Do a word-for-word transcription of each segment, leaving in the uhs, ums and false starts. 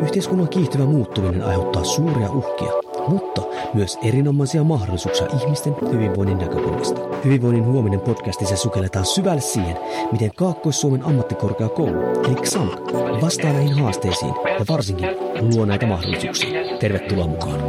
Yhteiskunnan kiihtyvä muuttuminen aiheuttaa suuria uhkia, mutta myös erinomaisia mahdollisuuksia ihmisten hyvinvoinnin näkökulmasta. Hyvinvoinnin huominen podcastissa sukelletaan syvälle siihen, miten Kaakkois-Suomen ammattikorkeakoulu, eli X S A M K, vastaa näihin haasteisiin ja varsinkin luo näitä mahdollisuuksia. Tervetuloa mukaan!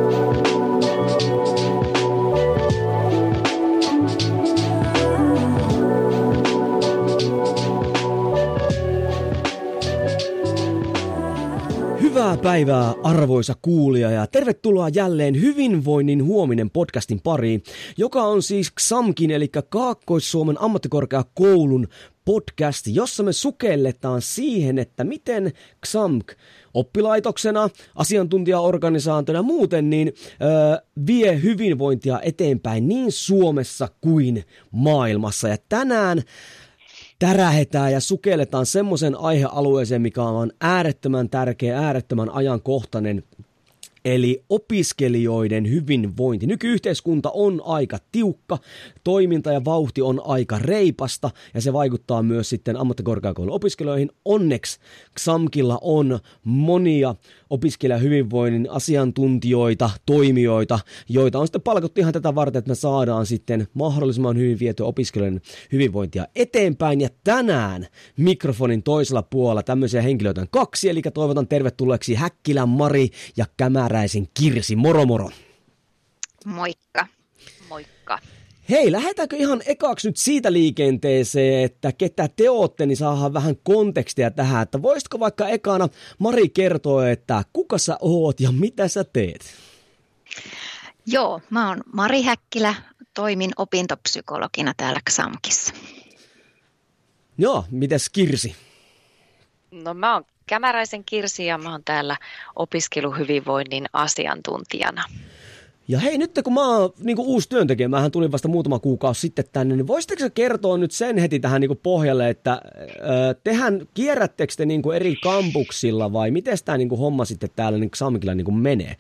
Hyvää päivää, arvoisa kuulija, ja tervetuloa jälleen Hyvinvoinnin huominen podcastin pariin, joka on siis X S A M Kin eli Kaakkois-Suomen ammattikorkeakoulun podcast, jossa me sukelletaan siihen, että miten X S A M K oppilaitoksena, asiantuntijaorganisaationa muuten niin öö, vie hyvinvointia eteenpäin niin Suomessa kuin maailmassa. Ja tänään tärähetään ja sukelletaan semmoisen aihealueeseen, mikä on äärettömän tärkeä, äärettömän ajankohtainen, eli opiskelijoiden hyvinvointi. Nykyyhteiskunta on aika tiukka, toiminta ja vauhti on aika reipasta, ja se vaikuttaa myös sitten ammattikorkeakoulun opiskelijoihin. Onneksi X S A M Killa on monia opiskelijahyvinvoinnin asiantuntijoita, toimijoita, joita on sitten palkattu ihan tätä varten, että me saadaan sitten mahdollisimman hyvin vietyä opiskelijoiden hyvinvointia eteenpäin. Ja tänään mikrofonin toisella puolella tämmöisiä henkilöitä on kaksi, eli toivotan tervetulleeksi Häkkilän Mari ja Kämäräisen Kirsi. Moro moro. Moikka. Moikka. Hei, lähdetäänkö ihan ekaksi nyt siitä liikenteeseen, että ketä te ootte, niin saadaan vähän kontekstia tähän, että voisitko vaikka ekana Mari kertoa, että kuka sä oot ja mitä sä teet? Joo, mä oon Mari Häkkilä, toimin opintopsykologina täällä X S A M Kissa. Joo, mites Kirsi? No mä oon Kämäräisen Kirsi ja mä oon täällä opiskeluhyvinvoinnin asiantuntijana. Ja hei, nyt kun mä oon niin uusi työntekijä, mähän tulin vasta muutama kuukausi sitten tänne, niin voisitteko sä kertoa nyt sen heti tähän niin pohjalle, että äh, tehän kierrättekö te niin eri kampuksilla vai miten tämä niin homma sitten täällä niin X S A M Killa niin menee?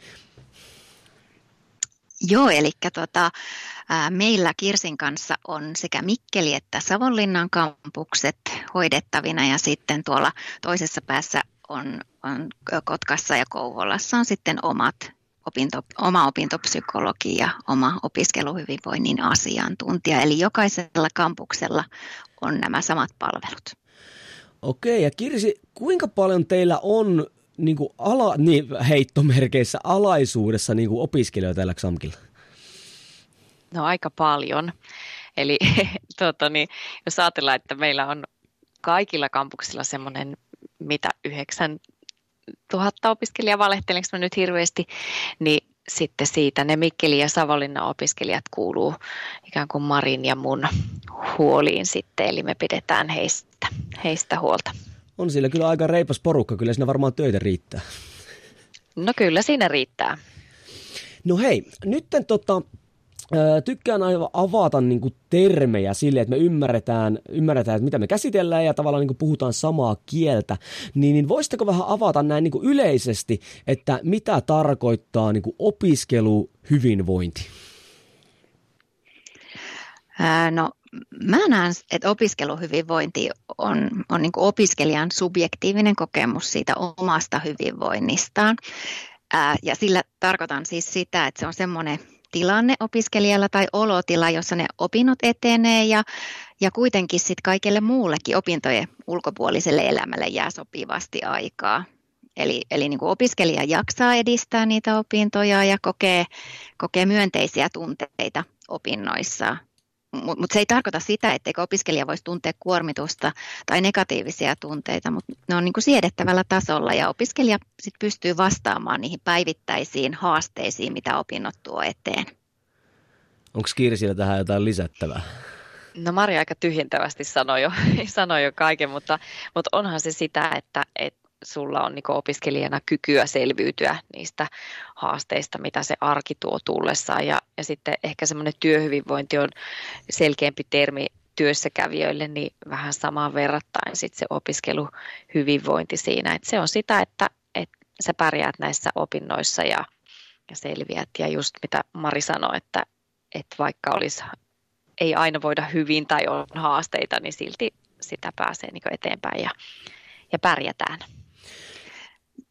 Joo, eli tota, ää, meillä Kirsin kanssa on sekä Mikkeli että Savonlinnan kampukset hoidettavina ja sitten tuolla toisessa päässä on, on Kotkassa ja Kouvolassa on sitten omat opinto, oma opintopsykologi ja oma opiskeluhyvinvoinnin asiantuntija. Eli jokaisella kampuksella on nämä samat palvelut. Okei, ja Kirsi, kuinka paljon teillä on niin kuin ala, niin heittomerkeissä alaisuudessa niin kuin opiskelijoita täällä X S A M Killa? No aika paljon. Eli tuota, niin, jos ajatellaan, että meillä on kaikilla kampuksilla semmoinen mitä yhdeksän tuhatta opiskelijaa, valehtelenko mä nyt hirveästi, niin sitten siitä ne Mikkeli ja Savonlinnan opiskelijat kuuluu ikään kuin Marin ja mun huoliin sitten, eli me pidetään heistä, heistä huolta. On siellä kyllä aika reipas porukka, kyllä siinä varmaan töitä riittää. No kyllä siinä riittää. No hei, nytten tota, tykkään aivan avata niin kuin termejä sille, että me ymmärretään, ymmärretään, että mitä me käsitellään ja tavallaan niin kuin puhutaan samaa kieltä. Niin, niin voisitteko vähän avata näin niin kuin yleisesti, että mitä tarkoittaa niin kuin opiskeluhyvinvointi? Ää, no mä näen, että opiskeluhyvinvointi on, on niin kuin opiskelijan subjektiivinen kokemus siitä omasta hyvinvoinnistaan. Ää, ja sillä tarkoitan siis sitä, että se on semmoinen tilanne opiskelijalla tai olotila, jossa ne opinnot etenee ja, ja kuitenkin sitten kaikelle muullekin opintojen ulkopuoliselle elämälle jää sopivasti aikaa. Eli, eli niin kuin opiskelija jaksaa edistää niitä opintoja ja kokee, kokee myönteisiä tunteita opinnoissaan. Mutta mut se ei tarkoita sitä, etteikö opiskelija voisi tuntea kuormitusta tai negatiivisia tunteita, mutta ne on niin kuin siedettävällä tasolla ja opiskelija sit pystyy vastaamaan niihin päivittäisiin haasteisiin, mitä opinnot tuo eteen. Onko Kirsillä tähän jotain lisättävää? No Mari aika tyhjentävästi sanoi jo, sanoi jo kaiken, mutta, mutta onhan se sitä, että, että sulla on niin kuin opiskelijana kykyä selviytyä niistä haasteista, mitä se arki tuo tullessaan. Ja, ja sitten ehkä semmoinen työhyvinvointi on selkeämpi termi työssäkävijöille, niin vähän samaan verrattain sitten se opiskeluhyvinvointi siinä. Että se on sitä, että, että sä pärjäät näissä opinnoissa ja, ja selviät. Ja just mitä Mari sanoi, että, että vaikka olisi, ei aina voida hyvin tai on haasteita, niin silti sitä pääsee niin kuin eteenpäin ja, ja pärjätään.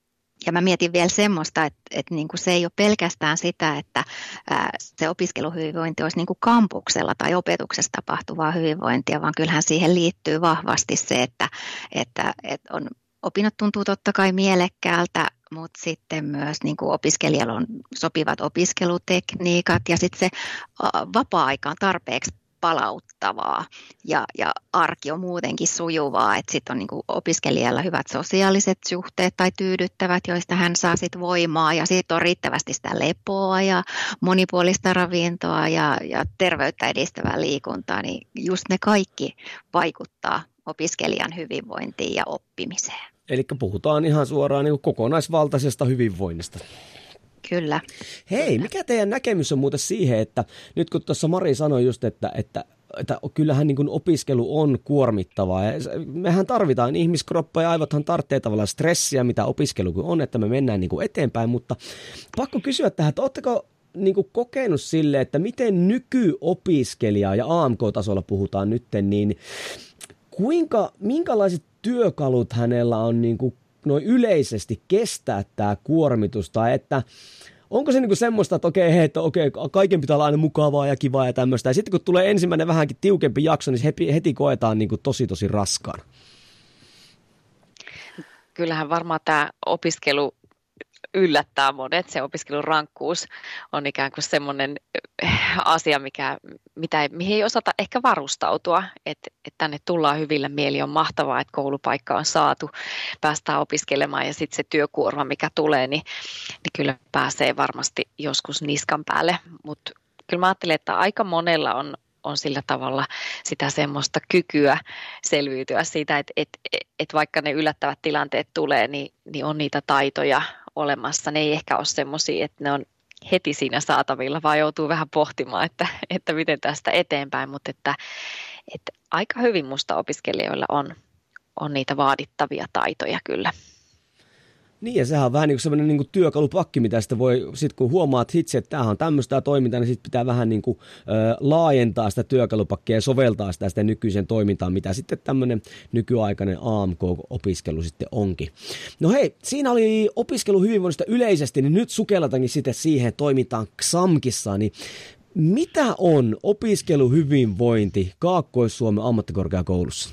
Ja mä mietin vielä semmoista, että, että niin kuin se ei ole pelkästään sitä, että ää, se opiskeluhyvinvointi olisi niin kuin kampuksella tai opetuksessa tapahtuvaa hyvinvointia, vaan kyllähän siihen liittyy vahvasti se, että, että, että on, opinnot tuntuu totta kai mielekkäältä, mutta sitten myös niin kuin opiskelijalla on sopivat opiskelutekniikat ja sitten se vapaa-aika on tarpeeksi palauttavaa ja, ja arki on muutenkin sujuvaa, että sitten on niin kuin opiskelijalla hyvät sosiaaliset suhteet tai tyydyttävät, joista hän saa sitten voimaa ja sitten on riittävästi sitä lepoa ja monipuolista ravintoa ja, ja terveyttä edistävää liikuntaa, niin just ne kaikki vaikuttaa opiskelijan hyvinvointiin ja oppimiseen. Eli puhutaan ihan suoraan niin kuin kokonaisvaltaisesta hyvinvoinnista. Kyllä. Hei, mikä teidän näkemys on muuten siihen, että nyt kun tuossa Mari sanoi just, että, että, että kyllähän niin kuin opiskelu on kuormittavaa. Ja mehän tarvitaan ihmiskroppa ja aivothan tarvitsee tavallaan stressiä, mitä opiskelu on, että me mennään niin kuin eteenpäin. Mutta pakko kysyä tähän, että ootteko niin kuin kokenut sille, että miten nykyopiskelijaa ja A M K-tasolla puhutaan nytten, niin kuinka, minkälaiset työkalut hänellä on niin kuin noin yleisesti kestää tämä kuormitus, tai että onko se niinku semmoista, että okei, hei, että okei, kaiken pitää olla aina mukavaa ja kivaa ja tämmöistä, ja sitten kun tulee ensimmäinen vähänkin tiukempi jakso, niin heti, heti koetaan niinku tosi tosi raskaana. Kyllähän varmaan tämä opiskelu yllättää monet. Se opiskelun rankkuus on ikään kuin semmoinen asia, mikä, mitä ei, mihin ei osata ehkä varustautua, että, että tänne tullaan hyvillä mieli, on mahtavaa, että koulupaikka on saatu, päästään opiskelemaan ja sitten se työkuorma, mikä tulee, niin, niin kyllä pääsee varmasti joskus niskan päälle, mutta kyllä mä ajattelen, että aika monella on on sillä tavalla sitä semmoista kykyä selviytyä siitä, että, että, että vaikka ne yllättävät tilanteet tulee, niin, niin on niitä taitoja olemassa. Ne ei ehkä ole semmoisia, että ne on heti siinä saatavilla, vaan joutuu vähän pohtimaan, että, että miten tästä eteenpäin, mutta että, että aika hyvin musta opiskelijoilla on, on niitä vaadittavia taitoja kyllä. Niin, ja sehän on vähän niin kuin sellainen niin kuin työkalupakki, mitä sitten voi, sit kun huomaat itse, että tämähän on tämmöistä toimintaa, niin sitten pitää vähän niin kuin, ö, laajentaa sitä työkalupakkia ja soveltaa sitä, sitä nykyiseen toimintaan, mitä sitten tämmöinen nykyaikainen A M K-opiskelu sitten onkin. No hei, siinä oli opiskelu hyvinvoinnista yleisesti, niin nyt sukellataankin sitten siihen toimintaan XAMKissa, niin mitä on opiskeluhyvinvointi Kaakkois-Suomen ammattikorkeakoulussa?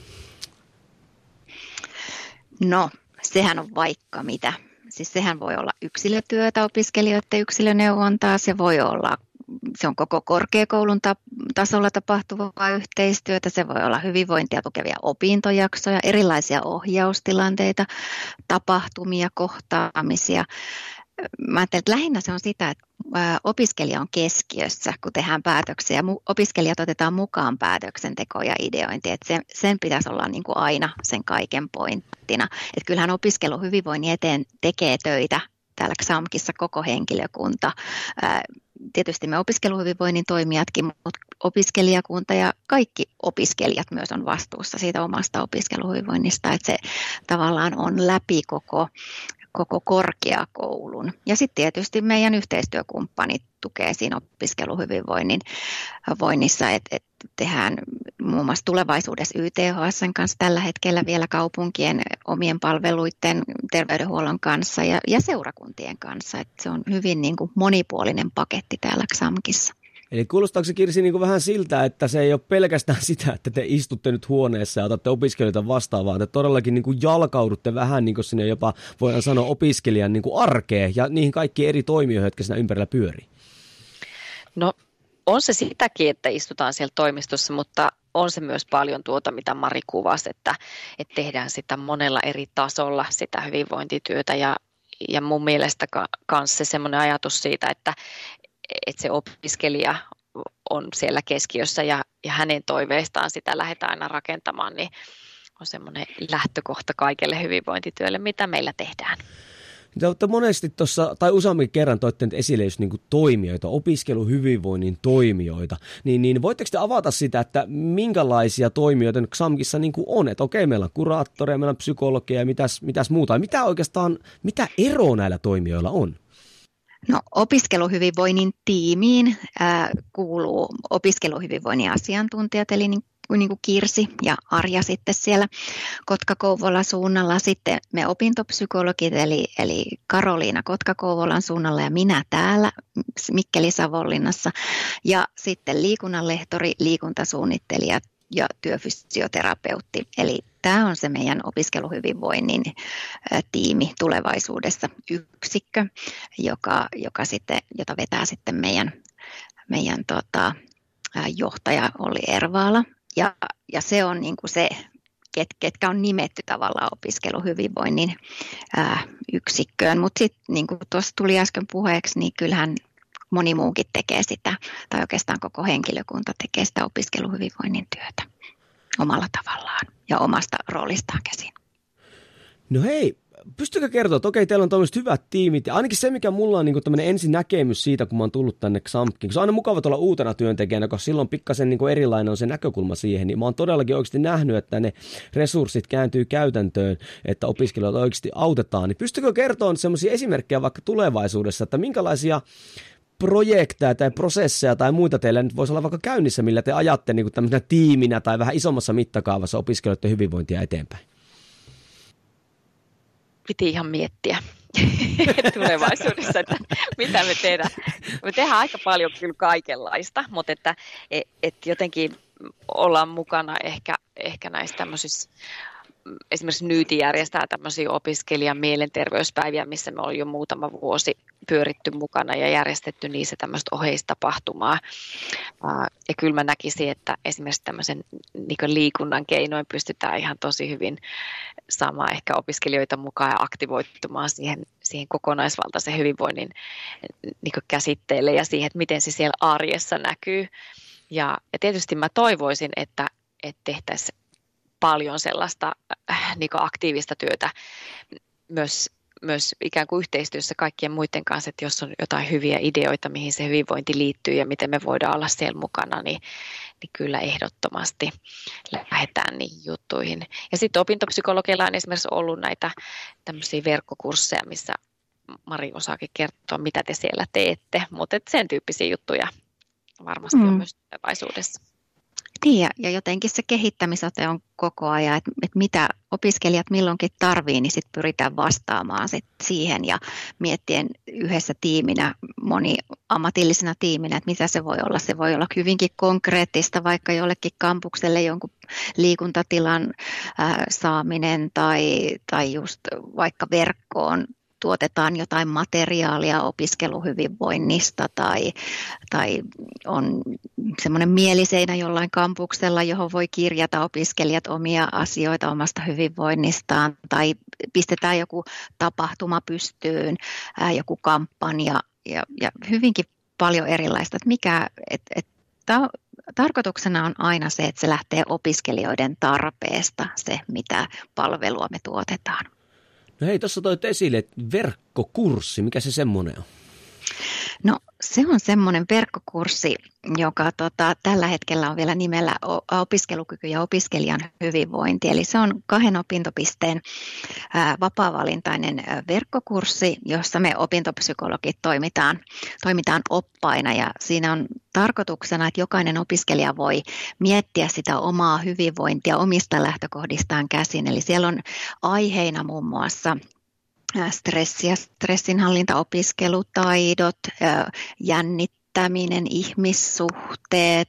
No, sehän on vaikka mitä. Siis sehän voi olla yksilötyötä, opiskelijoiden yksilöneuvontaa, se voi olla, se on koko korkeakoulun tasolla tapahtuvaa yhteistyötä, se voi olla hyvinvointia tukevia opintojaksoja, erilaisia ohjaustilanteita, tapahtumia, kohtaamisia. Mä ajattelen, että lähinnä se on sitä, että opiskelija on keskiössä, kun tehdään päätöksiä. Opiskelijat otetaan mukaan päätöksentekoon ja ideointiin. Että sen, sen pitäisi olla niin kuin aina sen kaiken pointtina. Että kyllähän opiskeluhyvinvoinnin eteen tekee töitä täällä XAMKissa koko henkilökunta. Tietysti me opiskeluhyvinvoinnin toimijatkin, mutta opiskelijakunta ja kaikki opiskelijat myös on vastuussa siitä omasta opiskeluhyvinvoinnista. Että se tavallaan on läpi koko koko korkeakoulun. Ja sitten tietysti meidän yhteistyökumppanit tukee siinä opiskeluhyvinvoinnin voinnissa, että et tehdään muun muassa tulevaisuudessa Y T H S:n kanssa tällä hetkellä vielä kaupunkien omien palveluiden terveydenhuollon kanssa ja, ja seurakuntien kanssa. Et se on hyvin niin kuin monipuolinen paketti täällä XAMKissa. Eli kuulostaako se, Kirsi, niin kuin vähän siltä, että se ei ole pelkästään sitä, että te istutte nyt huoneessa ja otatte opiskelijoita vastaan, vaan te todellakin niin kuin jalkaudutte vähän niin kuin sinne jopa, voidaan sanoa, opiskelijan niin kuin arkeen ja niihin kaikkiin eri toimijoihin, jotka siinä ympärillä pyörii? No on se sitäkin, että istutaan siellä toimistossa, mutta on se myös paljon tuota, mitä Mari kuvasi, että, että tehdään sitä monella eri tasolla, sitä hyvinvointityötä ja, ja mun mielestä myös se semmoinen ajatus siitä, että että se opiskelija on siellä keskiössä ja, ja hänen toiveistaan sitä lähdetään aina rakentamaan, niin on semmoinen lähtökohta kaikelle hyvinvointityölle, mitä meillä tehdään. Te olette monesti tuossa, tai useammin kerran toitte esille just niin kuin toimijoita, opiskeluhyvinvoinnin toimijoita, niin, niin voitteko te avata sitä, että minkälaisia toimijoita XAMKissa niin kuin on? Että okei, meillä on kuraattoreja, meillä on psykologia ja mitäs, mitäs muuta. Mitä oikeastaan, mitä eroa näillä toimijoilla on? No, opiskeluhyvinvoinnin tiimiin äh, kuuluu opiskeluhyvinvoinnin asiantuntijat, eli niin niin kuin Kirsi ja Arja sitten siellä Kotka-Kouvolan suunnalla, sitten me opintopsykologit, eli, eli Karoliina Kotka-Kouvolan suunnalla ja minä täällä Mikkeli-Savonlinnassa, ja sitten liikunnanlehtori, liikuntasuunnittelija ja työfysioterapeutti. Eli tämä on se meidän opiskeluhyvinvoinnin tiimi tulevaisuudessa, yksikkö, joka, joka sitten, jota vetää sitten meidän, meidän tota, johtaja Olli Ervaala. Ja, ja se on niin kuin se, ket, ketkä on nimetty tavallaan opiskeluhyvinvoinnin ää, yksikköön. Mutta sitten niin kuin tuossa tuli äsken puheeksi, niin kyllähän moni muukin tekee sitä, tai oikeastaan koko henkilökunta tekee sitä opiskeluhyvinvoinnin työtä omalla tavallaan ja omasta roolistaan käsin. No hei, pystytkö kertoa, että okei, teillä on tämmöiset hyvät tiimit, ja ainakin se, mikä mulla on niin tämmöinen ensinäkemys siitä, kun mä oon tullut tänne XAMKiin, kun se on aina mukava olla uutena työntekijänä, koska silloin pikkasen niin erilainen on se näkökulma siihen, niin mä oon todellakin oikeasti nähnyt, että ne resurssit kääntyy käytäntöön, että opiskelijoita oikeasti autetaan, niin pystytkö kertoa semmoisia esimerkkejä vaikka tulevaisuudessa, että minkälaisia projekteja tai prosesseja tai muita teillä nyt voisi olla vaikka käynnissä, millä te ajatte niin kuin tämmöisenä tiiminä tai vähän isommassa mittakaavassa opiskelijoiden hyvinvointia eteenpäin? Piti ihan miettiä tulevaisuudessa, että mitä me tehdään. Me tehdään aika paljon kyllä kaikenlaista, mutta että et, et jotenkin ollaan mukana ehkä, ehkä näissä tämmöisissä, esimerkiksi Nyyti järjestää tämmöisiä opiskelijan mielenterveyspäiviä, missä me ollaan jo muutama vuosi pyöritty mukana ja järjestetty niissä tämmöistä oheistapahtumaa. Ja kyllä mä näkisin, että esimerkiksi tämmöisen niin liikunnan keinoin pystytään ihan tosi hyvin saamaan ehkä opiskelijoita mukaan ja aktivoitumaan siihen, siihen kokonaisvaltaisen hyvinvoinnin niin käsitteelle ja siihen, että miten se siellä arjessa näkyy. Ja, ja tietysti mä toivoisin, että, että tehtäisiin paljon sellaista äh, niin aktiivista työtä myös, myös ikään kuin yhteistyössä kaikkien muiden kanssa, että jos on jotain hyviä ideoita, mihin se hyvinvointi liittyy ja miten me voidaan olla siellä mukana, niin, niin kyllä ehdottomasti lähdetään niihin juttuihin. Ja sitten opintopsykologeilla on esimerkiksi ollut näitä tämmöisiä verkkokursseja, missä Mari osaakin kertoa, mitä te siellä teette, mutta sen tyyppisiä juttuja varmasti mm. on myös tulevaisuudessa. Niin, ja, ja jotenkin se kehittämisote on koko ajan, että, että mitä opiskelijat milloinkin tarvii, niin sitten pyritään vastaamaan sit siihen ja miettien yhdessä tiiminä, moniammatillisena tiiminä, että mitä se voi olla. Se voi olla hyvinkin konkreettista, vaikka jollekin kampukselle jonkun liikuntatilan äh, saaminen tai, tai just vaikka verkkoon tuotetaan jotain materiaalia opiskeluhyvinvoinnista tai, tai on semmoinen mieliseinä jollain kampuksella, johon voi kirjata opiskelijat omia asioita omasta hyvinvoinnistaan tai pistetään joku tapahtuma pystyyn, ää, joku kampanja ja, ja hyvinkin paljon erilaista. Että mikä, et, et, ta, tarkoituksena on aina se, että se lähtee opiskelijoiden tarpeesta, se mitä palvelua me tuotetaan. No hei, tuossa toit esille, että verkkokurssi, mikä se semmoinen on? No se on semmoinen verkkokurssi, joka tota, tällä hetkellä on vielä nimellä opiskelukyky ja opiskelijan hyvinvointi. Eli se on kahden opintopisteen ää, vapaavalintainen verkkokurssi, jossa me opintopsykologit toimitaan, toimitaan oppaina. Ja siinä on tarkoituksena, että jokainen opiskelija voi miettiä sitä omaa hyvinvointia omista lähtökohdistaan käsin. Eli siellä on aiheina muun muassa stressi ja stressinhallinta, opiskelutaidot, jännittäminen, ihmissuhteet,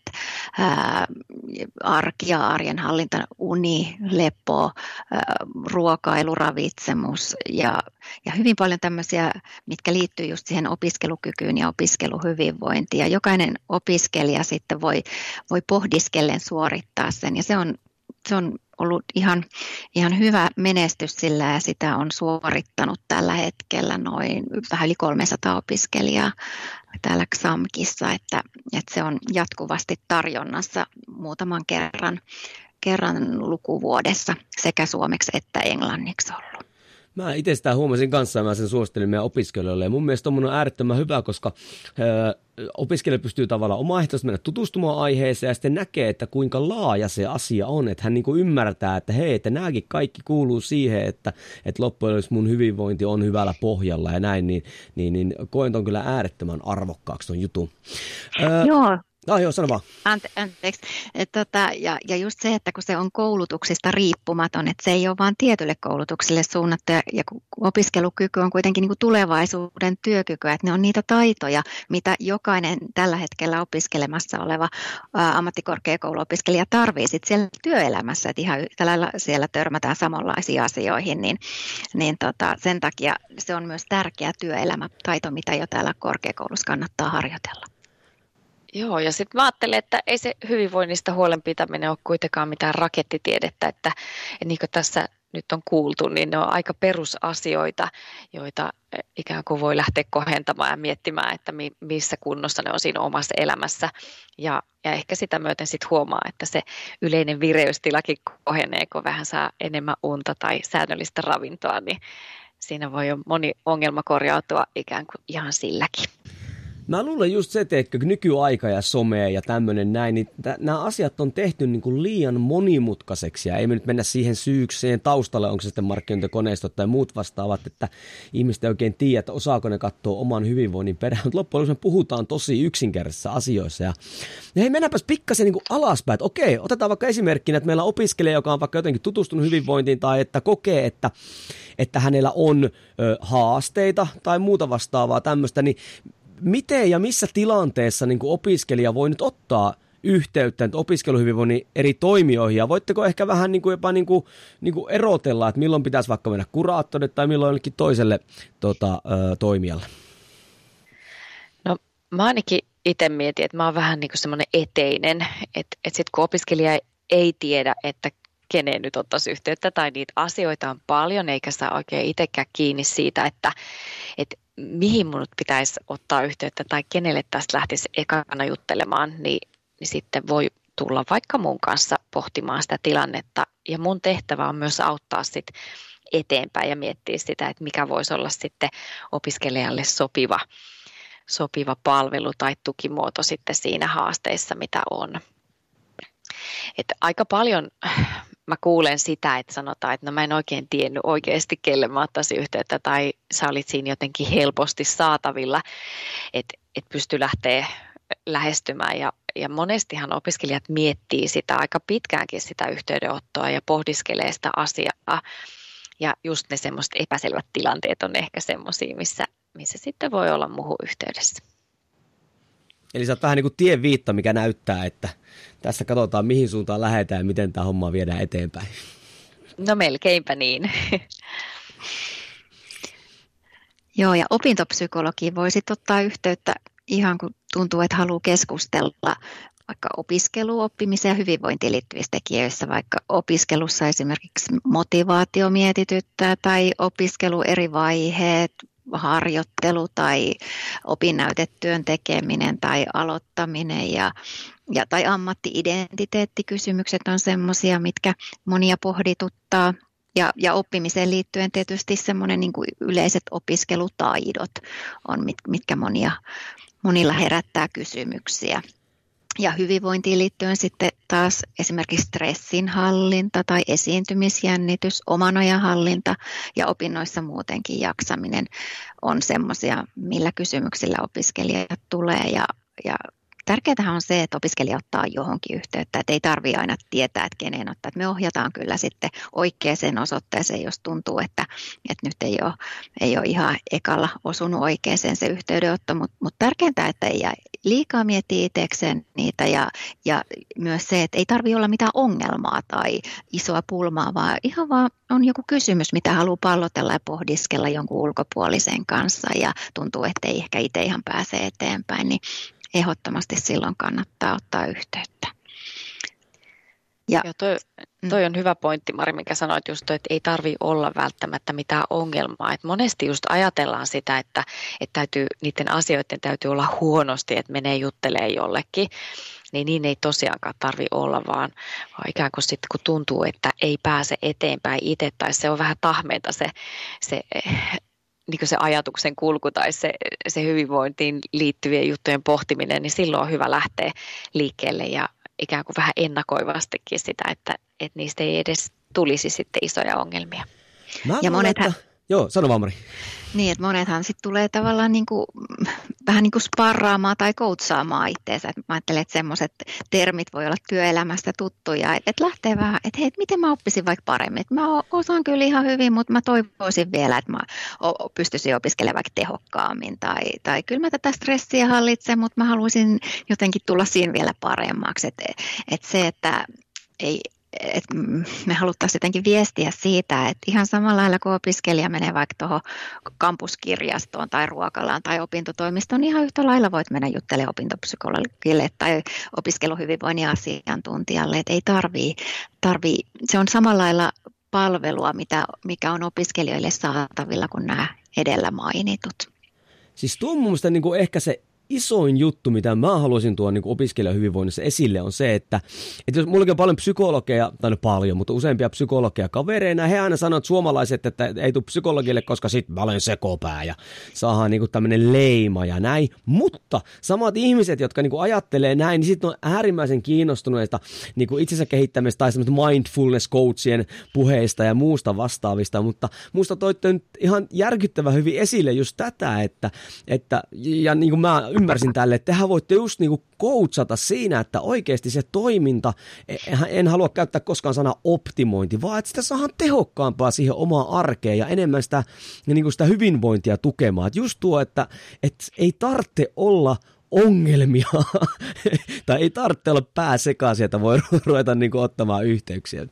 arki ja arjen hallinta, uni, lepo, ruokailu, ravitsemus ja, ja hyvin paljon tämmöisiä, mitkä liittyy just siihen opiskelukykyyn ja opiskeluhyvinvointiin. Ja jokainen opiskelija sitten voi, voi pohdiskellen suorittaa sen ja se on, se on ollut ihan, ihan hyvä menestys sillä ja sitä on suorittanut tällä hetkellä noin vähän yli kolmesataa opiskelijaa täällä XAMKissa, että, että se on jatkuvasti tarjonnassa muutaman kerran, kerran lukuvuodessa sekä suomeksi että englanniksi ollut. Mä itse sitä huomasin kanssa ja mä sen suosittelin meidän opiskelijoille. Ja mun mielestä tommoinen on äärettömän hyvä, koska ö, opiskelija pystyy tavallaan omaehtoisesti mennä tutustumaan aiheeseen ja sitten näkee, että kuinka laaja se asia on. Että hän niin kuin ymmärtää, että hei, että nämäkin kaikki kuuluu siihen, että, että loppujen lopuksi mun hyvinvointi on hyvällä pohjalla ja näin. Niin, niin, niin koen ton kyllä äärettömän arvokkaaksi ton jutun. Ö, Joo. No joo, sano vaan. Ante, anteeksi. Et tota, ja, ja just se, että kun se on koulutuksista riippumaton, että se ei ole vain tietylle koulutukselle suunnattu, ja, ja kun opiskelukyky on kuitenkin niin kuin tulevaisuuden työkykyä, että ne on niitä taitoja, mitä jokainen tällä hetkellä opiskelemassa oleva ä, ammattikorkeakouluopiskelija tarvitsee sit siellä työelämässä, että ihan yhtä lailla siellä törmätään samanlaisiin asioihin, niin, niin tota, sen takia se on myös tärkeä työelämätaito, mitä jo täällä korkeakoulussa kannattaa harjoitella. Joo, ja sitten mä ajattelen, että ei se hyvinvoinnista huolenpitäminen ole kuitenkaan mitään rakettitiedettä, että, että niin kuin tässä nyt on kuultu, niin ne on aika perusasioita, joita ikään kuin voi lähteä kohentamaan ja miettimään, että mi, missä kunnossa ne on siinä omassa elämässä. Ja, ja ehkä sitä myöten sitten huomaa, että se yleinen vireystilakin kohenee, kun vähän saa enemmän unta tai säännöllistä ravintoa, niin siinä voi jo moni ongelma korjautua ikään kuin ihan silläkin. Mä luulen just se, että nykyaika ja some ja tämmöinen näin, niin t- nämä asiat on tehty niin kuin liian monimutkaiseksi ja ei me nyt mennä siihen syykseen taustalle, onko se sitten markkinointikoneistot tai muut vastaavat, että ihmiset ei oikein tiedä, että osaako ne katsoa oman hyvinvoinnin perään, mutta loppujen lopuksi me puhutaan tosi yksinkertaisissa asioissa ja, ja hei, mennäänpäs pikkasen niin kuin alaspäin, että okei, otetaan vaikka esimerkkinä, että meillä on opiskelija, joka on vaikka jotenkin tutustunut hyvinvointiin tai että kokee, että, että hänellä on ö, haasteita tai muuta vastaavaa tämmöistä, niin miten ja missä tilanteessa niin kuin opiskelija voi nyt ottaa yhteyttä opiskeluhyvinvoinnin eri toimijoihin? Ja voitteko ehkä vähän niin kuin jopa niin kuin, niin kuin erotella, että milloin pitäisi vaikka mennä kuraattorille tai milloin jollekin toiselle tota, ö, toimijalle? No mä ainakin itse mietin, että mä oon vähän niin kuin semmoinen eteinen, että, että sitten kun opiskelija ei tiedä, että keneen nyt ottaisi yhteyttä tai niitä asioita on paljon, eikä saa oikein itsekään kiinni siitä, että, että mihin minun pitäisi ottaa yhteyttä tai kenelle tästä lähtisi ekana juttelemaan, niin, niin sitten voi tulla vaikka mun kanssa pohtimaan sitä tilannetta. Ja mun tehtävä on myös auttaa sit eteenpäin ja miettiä sitä, että mikä voisi olla sitten opiskelijalle sopiva, sopiva palvelu tai tukimuoto sitten siinä haasteissa, mitä on. Että aika paljon mä kuulen sitä, että sanotaan, että no mä en oikein tiennyt oikeasti, kelle mä ottaisin yhteyttä tai sä olit siinä jotenkin helposti saatavilla, että et pysty lähteä lähestymään ja, ja monestihan opiskelijat miettii sitä aika pitkäänkin sitä yhteydenottoa ja pohdiskelee sitä asiaa ja just ne semmoiset epäselvät tilanteet on ehkä semmoisia, missä, missä sitten voi olla muuhun yhteydessä. Eli sä oot vähän niin kuin tien viitta, mikä näyttää, että tässä katsotaan mihin suuntaan lähdetään ja miten tämä homma viedään eteenpäin. No melkeinpä niin. Joo, ja opintopsykologiin voisit ottaa yhteyttä ihan kun tuntuu, että haluaa keskustella vaikka opiskeluun, oppimiseen ja hyvinvointiin liittyvissä tekijöissä, vaikka opiskelussa esimerkiksi motivaatio mietityttää tai opiskelu eri vaiheet, harjoittelu tai opinnäytetyön tekeminen tai aloittaminen ja, ja, tai ammatti-identiteettikysymykset on semmoisia, mitkä monia pohdituttaa. Ja, ja oppimiseen liittyen tietysti semmoinen niin kuin yleiset opiskelutaidot on, mit, mitkä monia, monilla herättää kysymyksiä. Ja hyvinvointiin liittyen sitten taas esimerkiksi stressinhallinta tai esiintymisjännitys, oman ajan hallinta ja opinnoissa muutenkin jaksaminen on semmoisia, millä kysymyksillä opiskelijat tulee. Ja, ja tärkeää on se, että opiskelija ottaa johonkin yhteyttä, että ei tarvitse aina tietää, että keneen ottaa. Että me ohjataan kyllä sitten oikeaan osoitteeseen, jos tuntuu, että, että nyt ei ole, ei ole ihan ekalla osunut oikeaan se yhteydenotto, mutta, mutta tärkeintä, että ei jää liikaa miettiä itsekseen niitä ja, ja myös se, että ei tarvitse olla mitään ongelmaa tai isoa pulmaa, vaan ihan vaan on joku kysymys, mitä haluaa pallotella ja pohdiskella jonkun ulkopuolisen kanssa ja tuntuu, että ei ehkä itse ihan pääse eteenpäin, niin ehdottomasti silloin kannattaa ottaa yhteyttä. Ja Joo, toi, toi on hyvä pointti, Mari, mikä sanoit just, että ei tarvitse olla välttämättä mitään ongelmaa. Et monesti just ajatellaan sitä, että, että täytyy, niiden asioiden täytyy olla huonosti, että menee juttelemaan jollekin. Niin niin ei tosiaankaan tarvitse olla, vaan, vaan ikään kuin sitten kun tuntuu, että ei pääse eteenpäin itse, tai se on vähän tahmeita se, se niin kuin se ajatuksen kulku tai se, se hyvinvointiin liittyvien juttujen pohtiminen, niin silloin on hyvä lähteä liikkeelle ja ikään kuin vähän ennakoivastikin sitä, että, että niistä ei edes tulisi sitten isoja ongelmia. Mä ja monethan, että... Joo, sano vaan, Mari. Niin, että monethan sitten tulee tavallaan niin kuin vähän niin kuin sparraamaan tai koutsaamaan itseensä. Mä ajattelen, että semmoiset termit voi olla työelämästä tuttuja, että et lähtee vähän, että hei, miten mä oppisin vaikka paremmin. Et mä osaan kyllä ihan hyvin, mutta mä toivoisin vielä, että mä pystyisin opiskelemaan vaikka tehokkaammin. Tai, tai kyllä mä tätä stressiä hallitsen, mutta mä haluaisin jotenkin tulla siinä vielä paremmaksi. Että et se, että ei... Et me haluttaisiin jotenkin viestiä siitä, että ihan samalla lailla kun opiskelija menee vaikka tuohon kampuskirjastoon tai ruokalaan tai opintotoimistoon, niin ihan yhtä lailla voit mennä juttelemaan opintopsykologille tai opiskeluhyvinvoinnin asiantuntijalle, että ei tarvii, tarvii, se on samalla lailla palvelua, mitä, mikä on opiskelijoille saatavilla kuin nämä edellä mainitut. Siis tuo on mun mielestä niin kuin ehkä se isoin juttu, mitä mä haluaisin tuoda niin opiskelijahyvinvoinnissa esille, on se, että, että jos mullakin on paljon psykologeja, tai no paljon, mutta useampia psykologeja kavereina, he aina sanoo, että suomalaiset, että ei tule psykologille, koska sit mä olen sekopää ja saadaan niin tämmöinen leima ja näin. Mutta samat ihmiset, jotka niin ajattelee näin, niin sitten on äärimmäisen kiinnostuneita niin itsensä kehittämistä tai semmoista mindfulness-coachien puheista ja muusta vastaavista, mutta musta toitte nyt ihan järkyttävän hyvin esille just tätä, että, että ja niin kuin mä ymmärsin tälle, että tehän voitte just niinku coachata siinä, että oikeasti se toiminta, en halua käyttää koskaan sanaa optimointi, vaan että sitä saadaan tehokkaampaa siihen omaan arkeen ja enemmän sitä, niinku sitä hyvinvointia tukemaan. Että just tuo, että et ei tarvitse olla ongelmia tai ei tarvitse olla pää sekaisin, että voi ruveta niinku ottamaan yhteyksiä.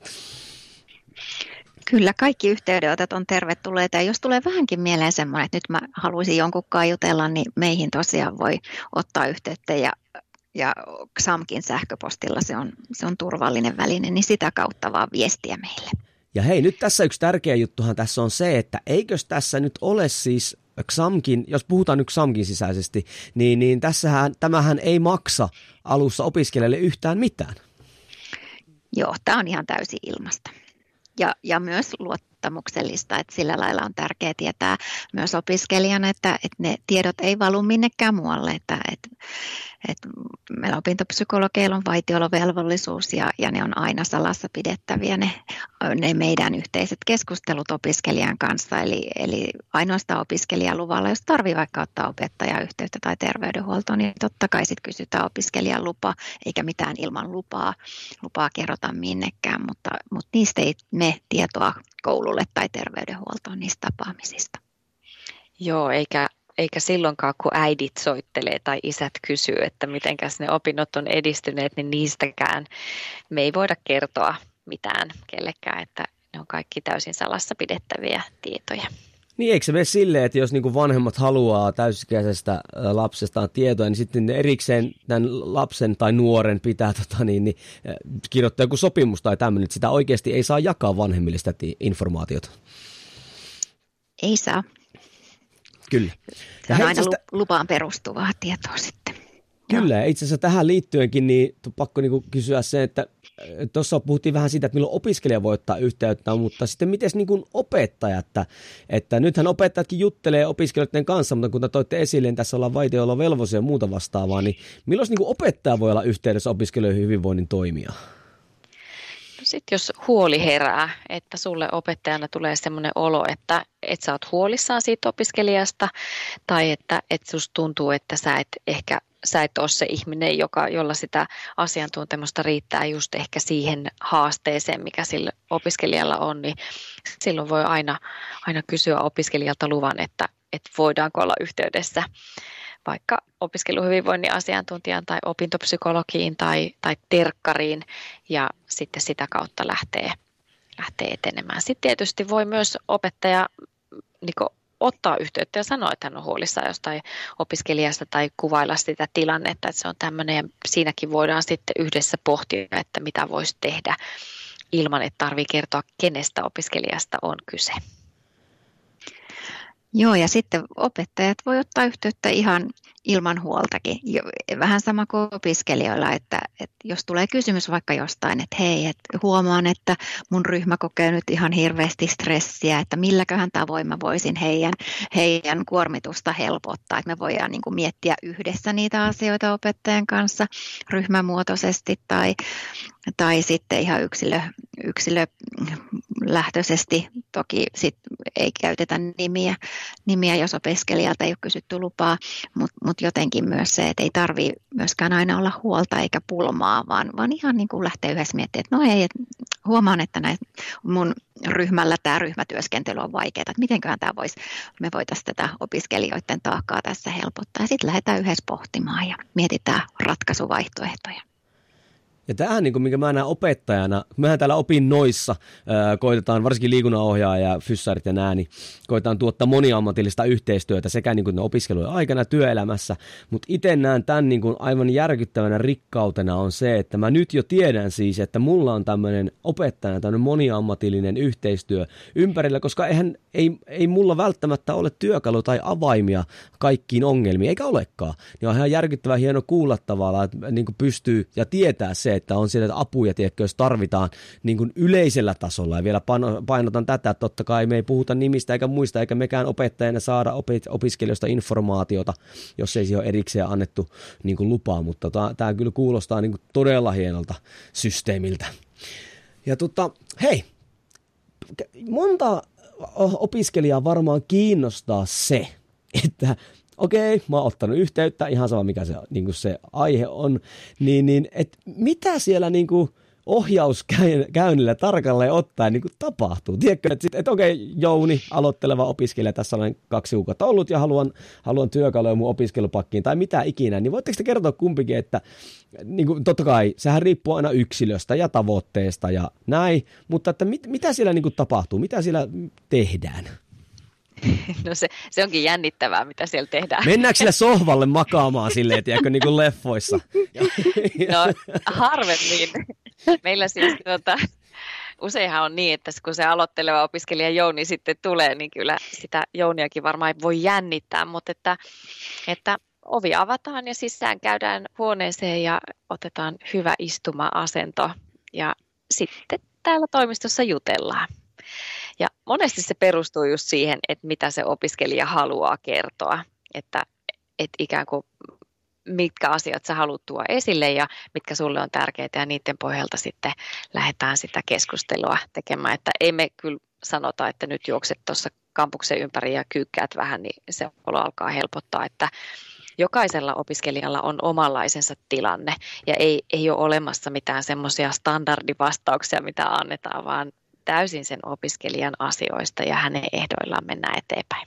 Kyllä, kaikki yhteydenotot on tervetulleita, ja jos tulee vähänkin mieleen semmoinen, että nyt mä haluaisin jonkunkaan jutella, niin meihin tosiaan voi ottaa yhteyttä, ja, ja Xamkin sähköpostilla se on, se on turvallinen väline, niin sitä kautta vaan viestiä meille. Ja hei, nyt tässä yksi tärkeä juttuhan tässä on se, että eikös tässä nyt ole siis Xamkin, jos puhutaan nyt Xamkin sisäisesti, niin, niin tässähän, tämähän ei maksa alussa opiskelijalle yhtään mitään. Joo, tämä on ihan täysin ilmasta. Ja, ja myös luottamuksellista, että sillä lailla on tärkeää tietää myös opiskelijana, että, että ne tiedot ei valu minnekään muualle, että, että, että meillä opintopsykologeilla on vaitiolovelvollisuus ja, ja ne on aina salassa pidettäviä ne, ne meidän yhteiset keskustelut opiskelijan kanssa, eli, eli ainoastaan opiskelijaluvalla, jos tarvitsee vaikka ottaa opettajan yhteyttä tai terveydenhuoltoon, niin totta kai sitten kysytään opiskelijan lupa, eikä mitään ilman lupaa, lupaa kerrota minnekään, mutta, mutta niistä ei me tietoa koululle tai terveydenhuoltoon niistä tapaamisista. Joo, eikä, eikä silloinkaan, kun äidit soittelee tai isät kysyy, että mitenkäs ne opinnot on edistyneet, niin niistäkään me ei voida kertoa mitään kellekään, että ne on kaikki täysin salassa pidettäviä tietoja. Niin eikö se mene silleen, että jos niinku vanhemmat haluaa täysikäisestä lapsestaan tietoa, niin sitten erikseen tämän lapsen tai nuoren pitää tota, niin, niin, kirjoittaa joku sopimus tai tämmöinen, että sitä oikeasti ei saa jakaa vanhemmille sitä informaatiota? Ei saa. Kyllä. Se on aina lupaan perustuvaa tietoa sitten. Kyllä, ja itse asiassa tähän liittyenkin niin pakko niinku kysyä se, että tuossa puhuttiin vähän siitä, että milloin opiskelija voi ottaa yhteyttä, mutta sitten miten niin kuin opettaja, että, että nythän opettajatkin juttelee opiskelijoiden kanssa, mutta kun te toitte esille, niin tässä ollaan vaitiolovelvoisia ja muuta vastaavaa, niin milloin niin kuin opettaja voi olla yhteydessä opiskelijoiden hyvinvoinnin toimia? Sitten jos huoli herää, että sulle opettajana tulee sellainen olo, että, että sä oot huolissaan siitä opiskelijasta tai että, että susta tuntuu, että sä et ehkä sä et ole se ihminen, joka, jolla sitä asiantuntemusta riittää just ehkä siihen haasteeseen, mikä sillä opiskelijalla on, niin silloin voi aina, aina kysyä opiskelijalta luvan, että, että voidaanko olla yhteydessä vaikka opiskeluhyvinvoinnin asiantuntijan tai opintopsykologiin tai, tai terkkariin ja sitten sitä kautta lähtee, lähtee etenemään. Sitten tietysti voi myös opettaja niin ottaa yhteyttä ja sanoa, että hän on huolissaan jostain opiskelijasta tai kuvailla sitä tilannetta, että se on tämmöinen ja siinäkin voidaan sitten yhdessä pohtia, että mitä voisi tehdä ilman, että tarvitsee kertoa, kenestä opiskelijasta on kyse. Joo, ja sitten opettajat voi ottaa yhteyttä ihan ilman huoltakin. Vähän sama kuin opiskelijoilla, että, että jos tulee kysymys vaikka jostain, että hei, että huomaan, että mun ryhmä kokee nyt ihan hirveästi stressiä, että milläköhän tavoin mä voisin heidän, heidän kuormitusta helpottaa. Että me voidaan niin kuin miettiä yhdessä niitä asioita opettajan kanssa ryhmämuotoisesti tai, tai sitten ihan yksilö, yksilölähtöisesti. Toki sit ei käytetä nimiä, nimiä, jos opiskelijalta ei ole kysytty lupaa, mutta mut jotenkin myös se, että ei tarvitse myöskään aina olla huolta eikä pulmaa, vaan, vaan ihan niin kuin lähtee yhdessä miettimään, että no ei, et huomaan, että näin mun ryhmällä tämä ryhmätyöskentely on vaikeaa, että mitenköhän tämä voisi, me voitaisiin tätä opiskelijoiden taakkaa tässä helpottaa. Ja sitten lähdetään yhdessä pohtimaan ja mietitään ratkaisuvaihtoehtoja. Ja tämähän, niin kuin, minkä mä näen opettajana, mehän täällä opinnoissa ää, koitetaan, varsinkin liikunnanohjaaja ja fyssarit ja nää, niin koitetaan tuottaa moniammatillista yhteistyötä sekä niin kuin opiskelujen aikana työelämässä, mutta itse näen tämän niin kuin aivan järkyttävänä rikkautena on se, että mä nyt jo tiedän siis, että mulla on tämmöinen opettajana tämmöinen moniammatillinen yhteistyö ympärillä, koska eihän, ei, ei mulla välttämättä ole työkalu tai avaimia kaikkiin ongelmiin, eikä olekaan. Niin on ihan järkyttävän hieno kuulla tavallaan, että niin kuin pystyy ja tietää se, että on sieltä apuja, tiedätkö, jos tarvitaan niin kuin yleisellä tasolla. Ja vielä painotan tätä, että totta kai me ei puhuta nimistä eikä muista, eikä mekään opettajana saada opiskelijoista informaatiota, jos ei siihen ole erikseen annettu niin kuin lupaa, mutta tämä kyllä kuulostaa niin kuin todella hienolta systeemiltä. Ja tota, hei, monta opiskelijaa varmaan kiinnostaa se, että okei, mä oon ottanut yhteyttä, ihan sama mikä se, niin kuin se aihe on, niin, niin et mitä siellä niin kuin ohjauskäynnillä tarkalleen ottaen niin kuin tapahtuu? Tiedätkö, että, et, okei, Jouni, aloitteleva opiskelija, tässä olen kaksi kuukautta ollut ja haluan, haluan työkaluja mun opiskelupakkiin tai mitä ikinä, niin voitteko te kertoa kumpikin, että niin kuin, totta kai, sehän riippuu aina yksilöstä ja tavoitteesta ja näin, mutta että mit, mitä siellä niin kuin tapahtuu, mitä siellä tehdään? No se, se onkin jännittävää, mitä siellä tehdään. Mennäänkö sille sohvalle makaamaan silleen, tiedätkö, niin kuin leffoissa? No harvemmin. Meillä siis tuota, useinhan on niin, että kun se aloitteleva opiskelija Jouni sitten tulee, niin kyllä sitä Jouniakin varmaan ei voi jännittää, mutta että, että ovi avataan ja sisään käydään huoneeseen ja otetaan hyvä istuma-asento ja sitten täällä toimistossa jutellaan. Ja monesti se perustuu just siihen, että mitä se opiskelija haluaa kertoa, että, että ikään kuin mitkä asiat sä haluat tuoda esille ja mitkä sulle on tärkeitä ja niiden pohjalta sitten lähdetään sitä keskustelua tekemään. Että ei me kyllä sanota, että nyt juokset tuossa kampuksen ympäri ja kyykkäät vähän, niin se alkaa helpottaa, että jokaisella opiskelijalla on omanlaisensa tilanne ja ei, ei ole olemassa mitään semmoisia standardivastauksia, mitä annetaan, vaan täysin sen opiskelijan asioista ja hänen ehdoillaan mennään eteenpäin.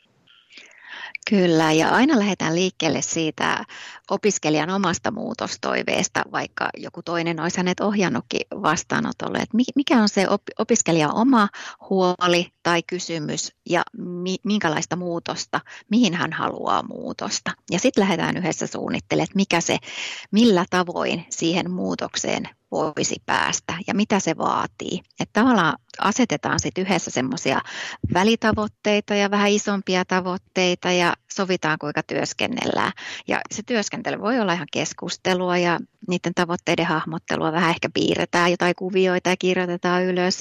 Kyllä, ja aina lähdetään liikkeelle siitä opiskelijan omasta muutostoiveesta, vaikka joku toinen olisi hänet ohjannutkin vastaanotolle, että mikä on se opiskelijan oma huoli tai kysymys ja minkälaista muutosta, mihin hän haluaa muutosta. Ja sitten lähdetään yhdessä suunnittelemaan, että mikä se, millä tavoin siihen muutokseen voisi päästä ja mitä se vaatii. Että tavallaan asetetaan sitten yhdessä semmoisia välitavoitteita ja vähän isompia tavoitteita ja sovitaan kuinka työskennellään. Ja se työskentely voi olla ihan keskustelua ja niiden tavoitteiden hahmottelua, vähän ehkä piirretään jotain kuvioita ja kirjoitetaan ylös.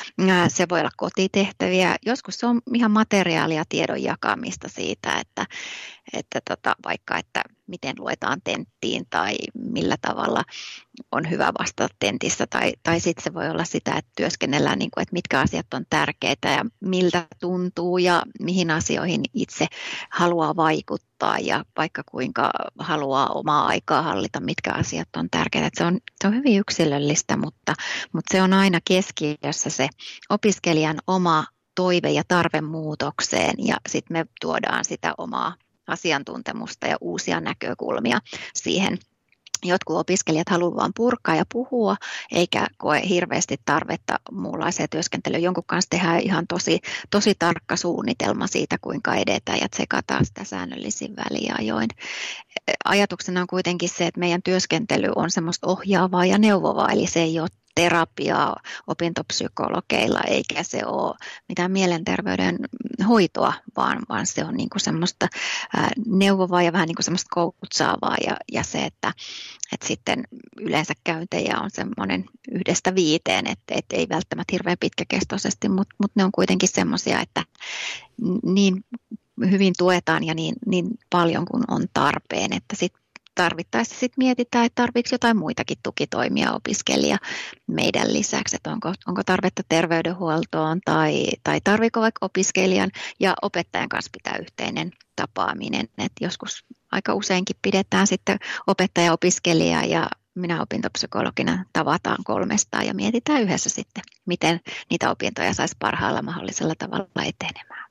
Se voi olla kotitehtäviä. Joskus se on ihan materiaalia tiedon jakamista siitä, että, että tota, vaikka että miten luetaan tenttiin tai millä tavalla on hyvä vastata tentissä. Tai, tai sitten se voi olla sitä, että työskennellään, niin kuin, että mitkä asiat on tärkeitä ja miltä tuntuu ja mihin asioihin itse haluaa vaikuttaa ja vaikka kuinka haluaa omaa aikaa hallita, mitkä asiat on tärkeitä. Se on, se on hyvin yksilöllistä, mutta, mutta se on aina keskiössä se opiskelijan oma toive ja tarve muutokseen ja sitten me tuodaan sitä omaa asiantuntemusta ja uusia näkökulmia siihen. Jotkut opiskelijat haluavat vain purkaa ja puhua, eikä koe hirveästi tarvetta muunlaiseen työskentelyyn. Jonkun kanssa tehdään ihan tosi, tosi tarkka suunnitelma siitä, kuinka edetään ja tsekataan sitä säännöllisin väliajoin. Ajatuksena on kuitenkin se, että meidän työskentely on semmoista ohjaavaa ja neuvovaa, eli se ei ole terapiaa opintopsykologeilla, eikä se ole mitään mielenterveyden hoitoa, vaan, vaan se on niin kuin semmoista ää, neuvovaa ja vähän niin kuin semmoista koutsaavaa ja, ja se, että, että sitten yleensä käyntejä on semmoinen yhdestä viiteen, että, että ei välttämättä hirveän pitkäkestoisesti, mutta, mutta ne on kuitenkin semmoisia, että niin hyvin tuetaan ja niin, niin paljon kuin on tarpeen, että sitten tarvittaessa sitten mietitään, että tarvitseeko jotain muitakin tukitoimia opiskelija meidän lisäksi, että onko, onko tarvetta terveydenhuoltoon tai, tai tarvitseeko vaikka opiskelijan ja opettajan kanssa pitää yhteinen tapaaminen. Et joskus aika useinkin pidetään sitten opettaja-opiskelija ja minä opintopsykologina tavataan kolmestaan ja mietitään yhdessä sitten, miten niitä opintoja saisi parhaalla mahdollisella tavalla etenemään.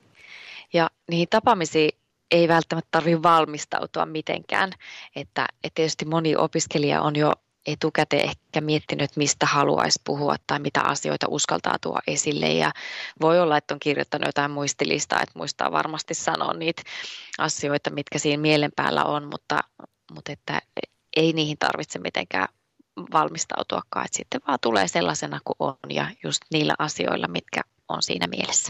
Ja niihin tapaamisiin ei välttämättä tarvitse valmistautua mitenkään, että, että tietysti moni opiskelija on jo etukäteen ehkä miettinyt, että mistä haluaisi puhua tai mitä asioita uskaltaa tuoda esille ja voi olla, että on kirjoittanut jotain muistilistaa, että muistaa varmasti sanoa niitä asioita, mitkä siinä mielen päällä on, mutta, mutta että ei niihin tarvitse mitenkään valmistautuakaan, että sitten vaan tulee sellaisena kuin on ja just niillä asioilla, mitkä on siinä mielessä.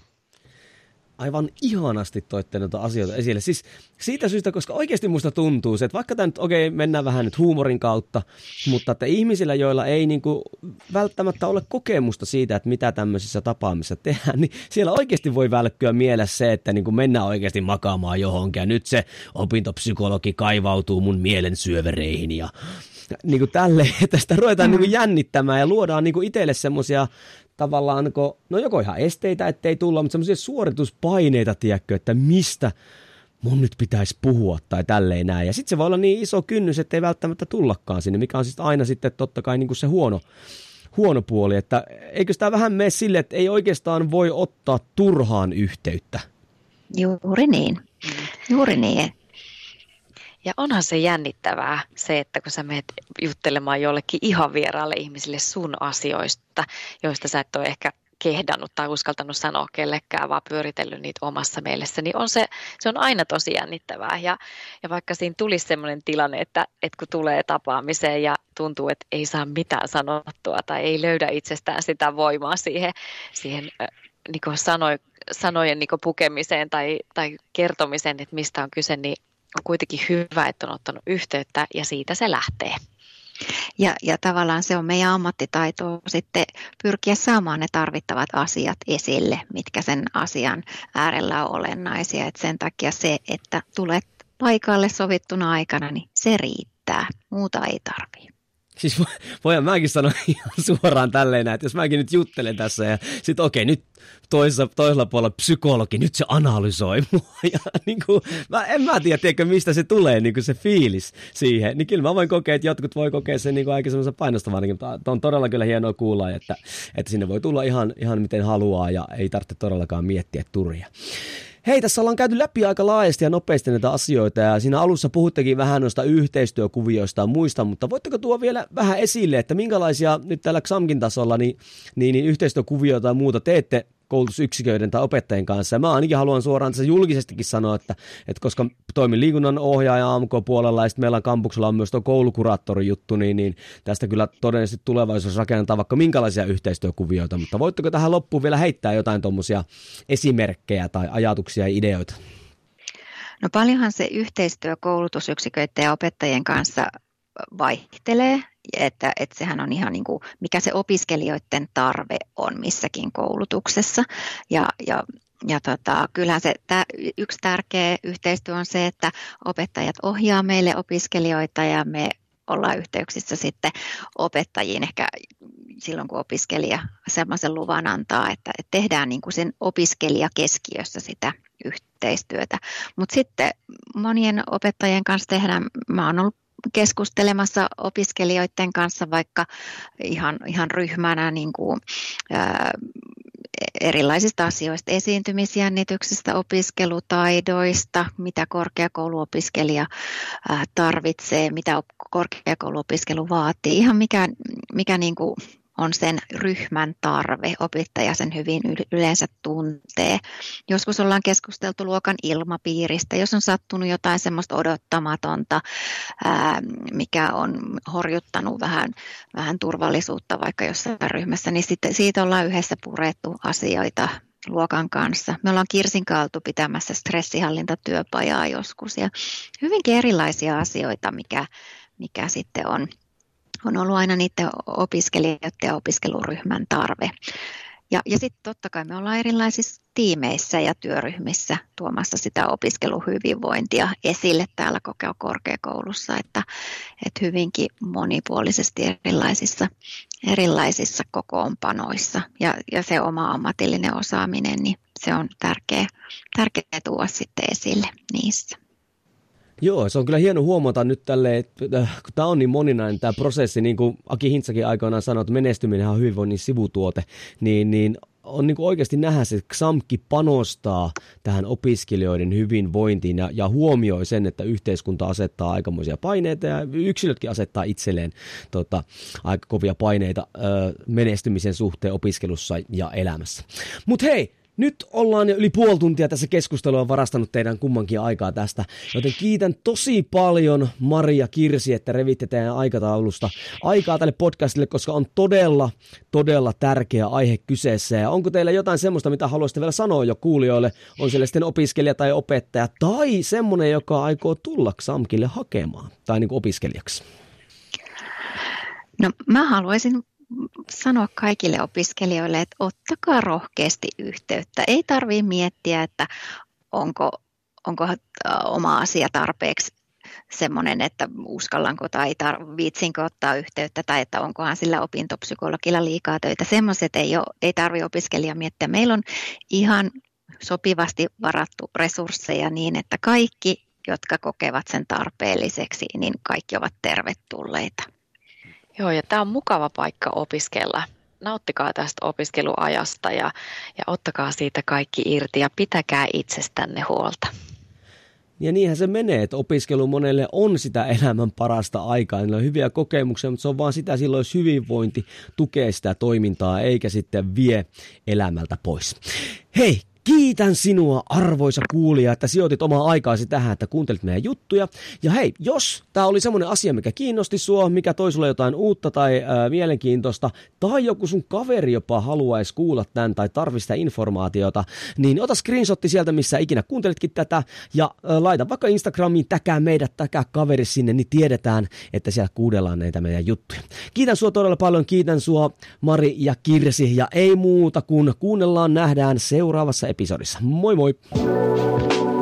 Aivan ihanasti toitte noita asioita esille. Siis siitä syystä, koska oikeasti musta tuntuu se, että vaikka tämä nyt, okei, okay, mennään vähän nyt huumorin kautta, mutta että ihmisillä, joilla ei niinku välttämättä ole kokemusta siitä, että mitä tämmöisissä tapaamisissa tehdään, niin siellä oikeasti voi välkkyä mielessä se, että niinku mennään oikeasti makaamaan johonkin ja nyt se opintopsykologi kaivautuu mun mielen syövereihin ja niin kuin tälleen, että sitä ruvetaan mm. niin kuin jännittämään ja luodaan niin kuin itselle semmoisia tavallaan, no joko ihan esteitä, ettei tulla, mutta semmoisia suorituspaineita, tiedätkö, että mistä mun nyt pitäisi puhua tai tälleen näin. Ja sitten se voi olla niin iso kynnys, ettei välttämättä tullakaan sinne, mikä on siis aina sitten totta kai niin kuin se huono, huono puoli, että eikö sitä vähän mene sille, että ei oikeastaan voi ottaa turhaan yhteyttä. Juuri niin, juuri niin. Ja onhan se jännittävää se, että kun sä menet juttelemaan jollekin ihan vieraalle ihmisille sun asioista, joista sä et ole ehkä kehdannut tai uskaltanut sanoa kellekään, vaan pyöritellyt niitä omassa mielessä, niin on se, se on aina tosi jännittävää. Ja, ja vaikka siinä tulisi sellainen tilanne, että, että kun tulee tapaamiseen ja tuntuu, että ei saa mitään sanottua tai ei löydä itsestään sitä voimaa siihen, siihen niin kuin sanoi, sanojen niin kuin pukemiseen tai, tai kertomiseen, että mistä on kyse, niin on kuitenkin hyvä, että on ottanut yhteyttä ja siitä se lähtee. Ja, ja tavallaan se on meidän ammattitaito sitten pyrkiä saamaan ne tarvittavat asiat esille, mitkä sen asian äärellä on olennaisia. Et sen takia se, että tulet paikalle sovittuna aikana, niin se riittää. Muuta ei tarvitse. Siis voin mäkin sanoa ihan suoraan tälleen, että jos mäkin nyt juttelen tässä ja sitten okei, nyt toisella, toisella puolella psykologi, nyt se analysoi mua ja niin kuin, mä, en mä tiedä, tiedätkö, mistä se tulee niin kuin se fiilis siihen, niin kyllä mä voin kokea, että jotkut voi kokea sen niin kuin aika semmoisen painostavan, mutta on todella kyllä hienoa kuulla, että, että sinne voi tulla ihan, ihan miten haluaa ja ei tarvitse todellakaan miettiä turja. Hei, tässä ollaan käyty läpi aika laajasti ja nopeasti näitä asioita ja siinä alussa puhuttekin vähän noista yhteistyökuvioista ja muista, mutta voitteko tuoda vielä vähän esille, että minkälaisia nyt täällä X A M K:n tasolla niin, niin, niin yhteistyökuvioita ja muuta teette koulutusyksiköiden tai opettajien kanssa. Ja mä ainakin haluan suoraan tässä julkisestikin sanoa, että, että koska toimin liikunnan ohjaaja A M K-puolella ja sitten meillä kampuksella on myös tuo koulukuraattorin juttu, niin, niin tästä kyllä todennäköisesti tulevaisuudessa rakennetaan vaikka minkälaisia yhteistyökuvioita, mutta voitteko tähän loppuun vielä heittää jotain tuommoisia esimerkkejä tai ajatuksia ja ideoita? No paljonhan se yhteistyö koulutusyksiköiden ja opettajien kanssa vaihtelee, että, että sehän on ihan niin kuin, mikä se opiskelijoiden tarve on missäkin koulutuksessa. Ja, ja, ja tota, kyllähän se tää, yksi tärkeä yhteistyö on se, että opettajat ohjaa meille opiskelijoita ja me ollaan yhteyksissä sitten opettajiin ehkä silloin, kun opiskelija semmoisen luvan antaa, että tehdään niin kuin sen opiskelijakeskiössä sitä yhteistyötä. Mutta sitten monien opettajien kanssa tehdään, mä oon ollut keskustelemassa opiskelijoiden kanssa vaikka ihan, ihan ryhmänä niin kuin, ää, erilaisista asioista, esiintymisjännityksistä, opiskelutaidoista, mitä korkeakouluopiskelija ää, tarvitsee, mitä korkeakouluopiskelu vaatii, ihan mikä, mikä niin kuin on sen ryhmän tarve, opettaja sen hyvin yleensä tuntee. Joskus ollaan keskusteltu luokan ilmapiiristä, jos on sattunut jotain semmoista odottamatonta, ää, mikä on horjuttanut vähän, vähän turvallisuutta vaikka jossain ryhmässä, niin sitten siitä ollaan yhdessä purettu asioita luokan kanssa. Me ollaan Kirsin kautta pitämässä stressihallintatyöpajaa joskus ja hyvinkin erilaisia asioita, mikä, mikä sitten on. On ollut aina niiden opiskelijoiden ja opiskeluryhmän tarve. Ja, ja sitten totta kai me ollaan erilaisissa tiimeissä ja työryhmissä tuomassa sitä opiskeluhyvinvointia esille täällä korkeakoulussa, että, että hyvinkin monipuolisesti erilaisissa, erilaisissa kokoonpanoissa. Ja, ja se oma ammatillinen osaaminen, niin se on tärkeä, tärkeä tuoda sitten esille niissä. Joo, se on kyllä hieno huomata nyt tälleen, että kun tämä on niin moninainen tämä prosessi, niin kuin Aki Hintsakin aikoinaan sanoi, että menestyminen on hyvinvoinnin sivutuote, niin, niin on niin kuin oikeasti nähdä se, että X A M K panostaa tähän opiskelijoiden hyvinvointiin ja, ja huomioi sen, että yhteiskunta asettaa aikamoisia paineita ja yksilötkin asettaa itselleen tota, aika kovia paineita ö, menestymisen suhteen opiskelussa ja elämässä. Mutta hei! Nyt ollaan jo yli puoli tuntia tässä keskustelua on varastanut teidän kummankin aikaa tästä, joten kiitän tosi paljon Mari ja Kirsi, että revitte teidän aikataulusta aikaa tälle podcastille, koska on todella, todella tärkeä aihe kyseessä. Ja onko teillä jotain semmoista, mitä haluaisitte vielä sanoa jo kuulijoille, on siellä sitten opiskelija tai opettaja tai semmoinen, joka aikoo tulla X A M Kille hakemaan tai niin kuin opiskelijaksi? No mä haluaisin sanoa kaikille opiskelijoille, että ottakaa rohkeasti yhteyttä. Ei tarvitse miettiä, että onko, onko oma asia tarpeeksi semmoinen, että uskallanko tai tar- viitsinkö ottaa yhteyttä tai että onkohan sillä opintopsykologilla liikaa töitä. Semmoiset ei, ei tarvitse opiskelija miettiä. Meillä on ihan sopivasti varattu resursseja niin, että kaikki, jotka kokevat sen tarpeelliseksi, niin kaikki ovat tervetulleita. Joo, ja tämä on mukava paikka opiskella. Nauttikaa tästä opiskeluajasta ja, ja ottakaa siitä kaikki irti ja pitäkää itsestänne huolta. Ja niinhän se menee, että opiskelu monelle on sitä elämän parasta aikaa. Niillä on hyviä kokemuksia, mutta se on vaan sitä silloin, jos hyvinvointi tukee sitä toimintaa eikä sitten vie elämältä pois. Hei! Kiitän sinua, arvoisa kuulija, että sijoitit omaa aikaasi tähän, että kuuntelit meidän juttuja. Ja hei, jos tämä oli semmoinen asia, mikä kiinnosti sua, mikä toi sulle jotain uutta tai ää, mielenkiintoista, tai joku sun kaveri jopa haluaisi kuulla tämän tai tarvitsisi sitä informaatiota, niin ota screenshotti sieltä, missä ikinä kuuntelitkin tätä, ja ää, laita vaikka Instagramiin, täkää meidät, täkää kaveri sinne, niin tiedetään, että siellä kuudellaan näitä meidän juttuja. Kiitän sua todella paljon, kiitän sua Mari ja Kirsi, ja ei muuta kuin kuunnellaan, nähdään seuraavassa episodissa. Moi moi!